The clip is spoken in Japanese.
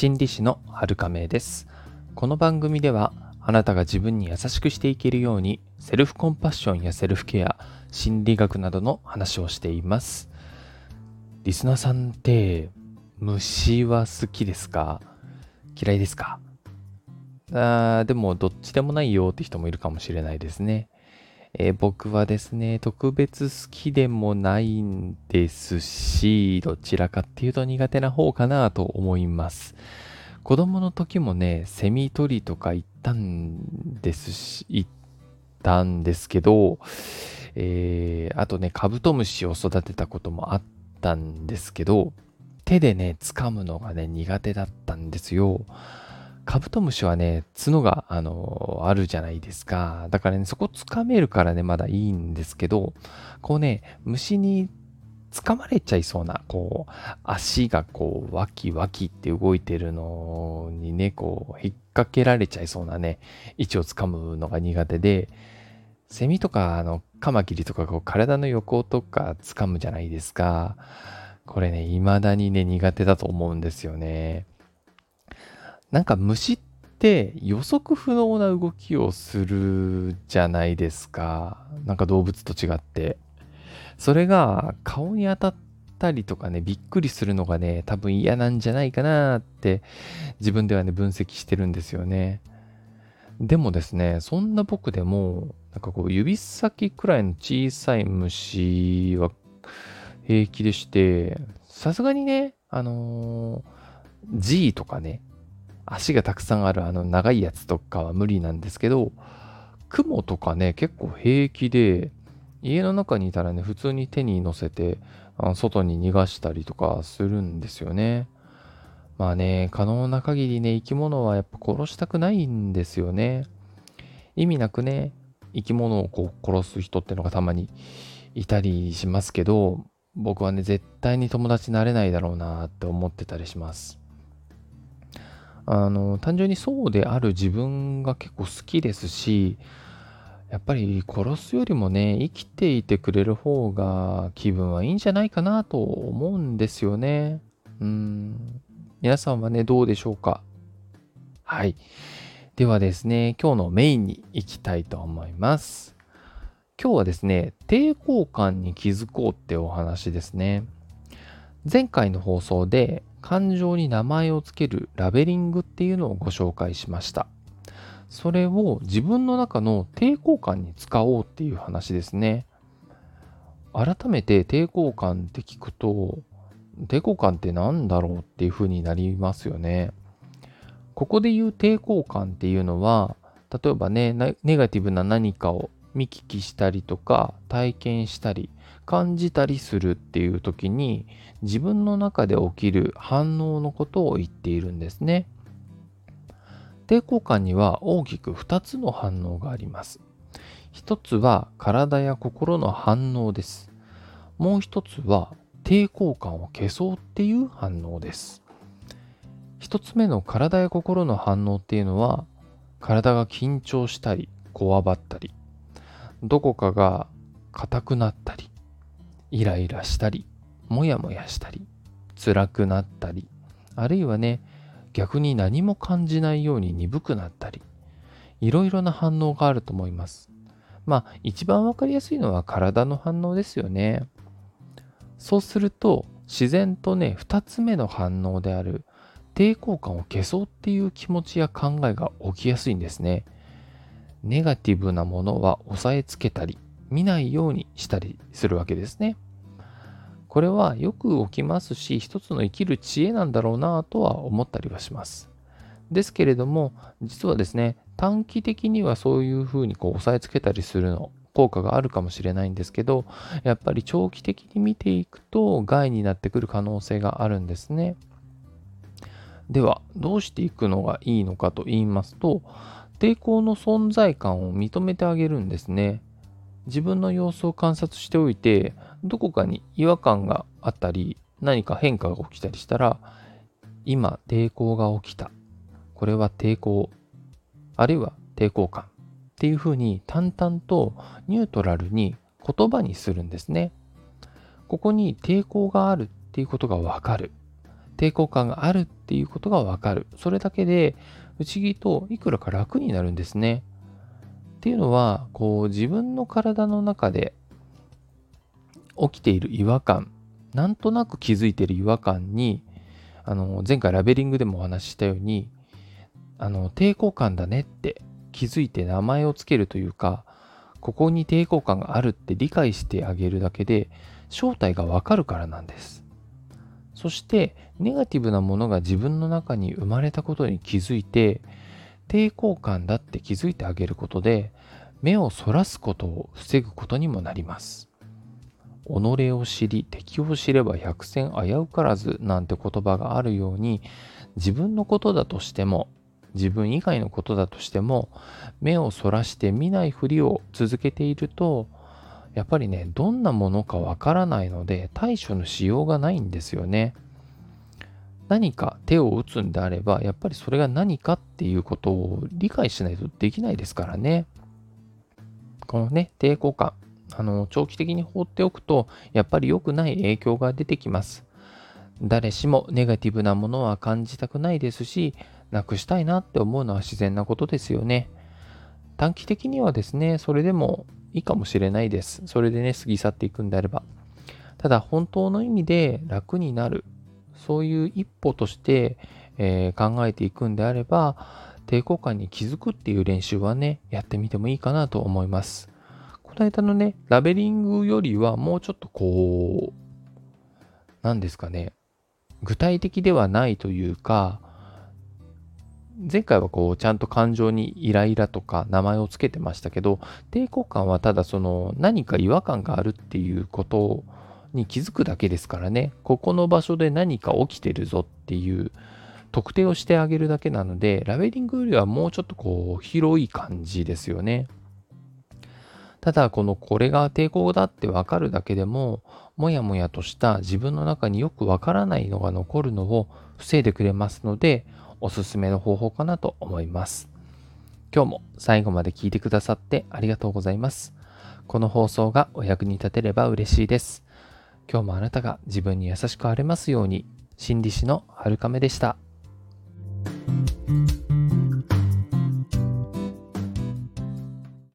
心理師の春亀です。この番組ではあなたが自分に優しくしていけるようにセルフコンパッションやセルフケア、心理学などの話をしています。リスナーさんって虫は好きですか？嫌いですか？でもどっちでもないよって人もいるかもしれないですね。僕はですね、特別好きでもないんですし、どちらかっていうと苦手な方かなと思います。子供の時もね、セミ取りとか行ったんですけど、あとね、カブトムシを育てたこともあったんですけど、手でね、掴むのがね、苦手だったんですよ。カブトムシはね、角が、あるじゃないですか。だからね、そこ掴めるからね、まだいいんですけど、こうね、虫に掴まれちゃいそうな、こう、足がこう、ワキワキって動いてるのにね、こう、引っ掛けられちゃいそうなね、位置を掴むのが苦手で、セミとか、カマキリとか、こう、体の横とか掴むじゃないですか。これね、未だにね、苦手だと思うんですよね。なんか虫って予測不能な動きをするじゃないですか。なんか動物と違って。それが顔に当たったりとかね、びっくりするのがね、多分嫌なんじゃないかなって自分ではね、分析してるんですよね。でもですね、そんな僕でも、なんかこう指先くらいの小さい虫は平気でして、さすがにね、G とかね、足がたくさんある長いやつとかは無理なんですけど、雲とかね、結構平気で、家の中にいたらね、普通に手に乗せて、外に逃がしたりとかするんですよね。まあね、可能な限りね、生き物はやっぱ殺したくないんですよね。意味なくね、生き物をこう殺す人ってのがたまにいたりしますけど、僕はね、絶対に友達になれないだろうなって思ってたりします。単純にそうである自分が結構好きですし、やっぱり殺すよりもね、生きていてくれる方が気分はいいんじゃないかなと思うんですよね。皆さんはね、どうでしょうか？はい。ではですね、今日のメインに行きたいと思います。今日はですね、抵抗感に気づこうってお話ですね。前回の放送で感情に名前をつけるラベリングっていうのをご紹介しました。それを自分の中の抵抗感に使おうっていう話ですね。改めて抵抗感って聞くと、抵抗感って何だろうっていう風になりますよね。ここで言う抵抗感っていうのは、例えばね、ネガティブな何かを見聞きしたりとか、体験したり、感じたりするっていう時に、自分の中で起きる反応のことを言っているんですね。抵抗感には大きく2つの反応があります。一つは体や心の反応です。もう一つは抵抗感を消そうっていう反応です。一つ目の体や心の反応っていうのは、体が緊張したり、こわばったり、どこかが硬くなったり、イライラしたり、もやもやしたり、辛くなったり、あるいはね、逆に何も感じないように鈍くなったり、いろいろな反応があると思います。まあ、一番わかりやすいのは体の反応ですよね。そうすると、自然とね、二つ目の反応である抵抗感を消そうっていう気持ちや考えが起きやすいんですね。ネガティブなものは抑えつけたり、見ないようにしたりするわけですね。これはよく起きますし、一つの生きる知恵なんだろうなとは思ったりはします。ですけれども、実はですね、短期的にはそういうふうにこう押さえつけたりするの、効果があるかもしれないんですけど、やっぱり長期的に見ていくと害になってくる可能性があるんですね。では、どうしていくのがいいのかと言いますと、抵抗の存在感を認めてあげるんですね。自分の様子を観察しておいて、どこかに違和感があったり、何か変化が起きたりしたら、今抵抗が起きた。これは抵抗、あるいは抵抗感っていうふうに淡々とニュートラルに言葉にするんですね。ここに抵抗があるっていうことがわかる。 抵抗感があるっていうことがわかる。それだけで不思議といくらか楽になるんですね。っていうのは、自分の体の中で起きている違和感、なんとなく気づいている違和感に、前回ラベリングでもお話ししたように、抵抗感だねって気づいて名前をつけるというか、ここに抵抗感があるって理解してあげるだけで、正体がわかるからなんです。そして、ネガティブなものが自分の中に生まれたことに気づいて、抵抗感だって気づいてあげることで、目をそらすことを防ぐことにもなります。己を知り、敵を知れば百戦危うからずなんて言葉があるように、自分のことだとしても、自分以外のことだとしても、目をそらして見ないふりを続けていると、やっぱりね、どんなものかわからないので、対処のしようがないんですよね。何か手を打つんであれば、やっぱりそれが何かっていうことを理解しないとできないですからね。このね、抵抗感、長期的に放っておくと、やっぱり良くない影響が出てきます。誰しもネガティブなものは感じたくないですし、なくしたいなって思うのは自然なことですよね。短期的にはですね、それでもいいかもしれないです。それでね、過ぎ去っていくんであれば。ただ、本当の意味で楽になる、そういう一歩として、考えていくんであれば、抵抗感に気づくっていう練習はね、やってみてもいいかなと思います。この間のね、ラベリングよりはもうちょっと何ですかね、具体的ではないというか、前回はちゃんと感情にイライラとか名前をつけてましたけど、抵抗感はただその何か違和感があるっていうことに気づくだけですからね、ここの場所で何か起きてるぞっていう特定をしてあげるだけなので、ラベリングよりはもうちょっと広い感じですよね。ただ、これが抵抗だってわかるだけでも、もやもやとした自分の中によくわからないのが残るのを防いでくれますので、おすすめの方法かなと思います。今日も最後まで聞いてくださってありがとうございます。この放送がお役に立てれば嬉しいです。今日もあなたが自分に優しくあれますように、心理師のはるかめでした。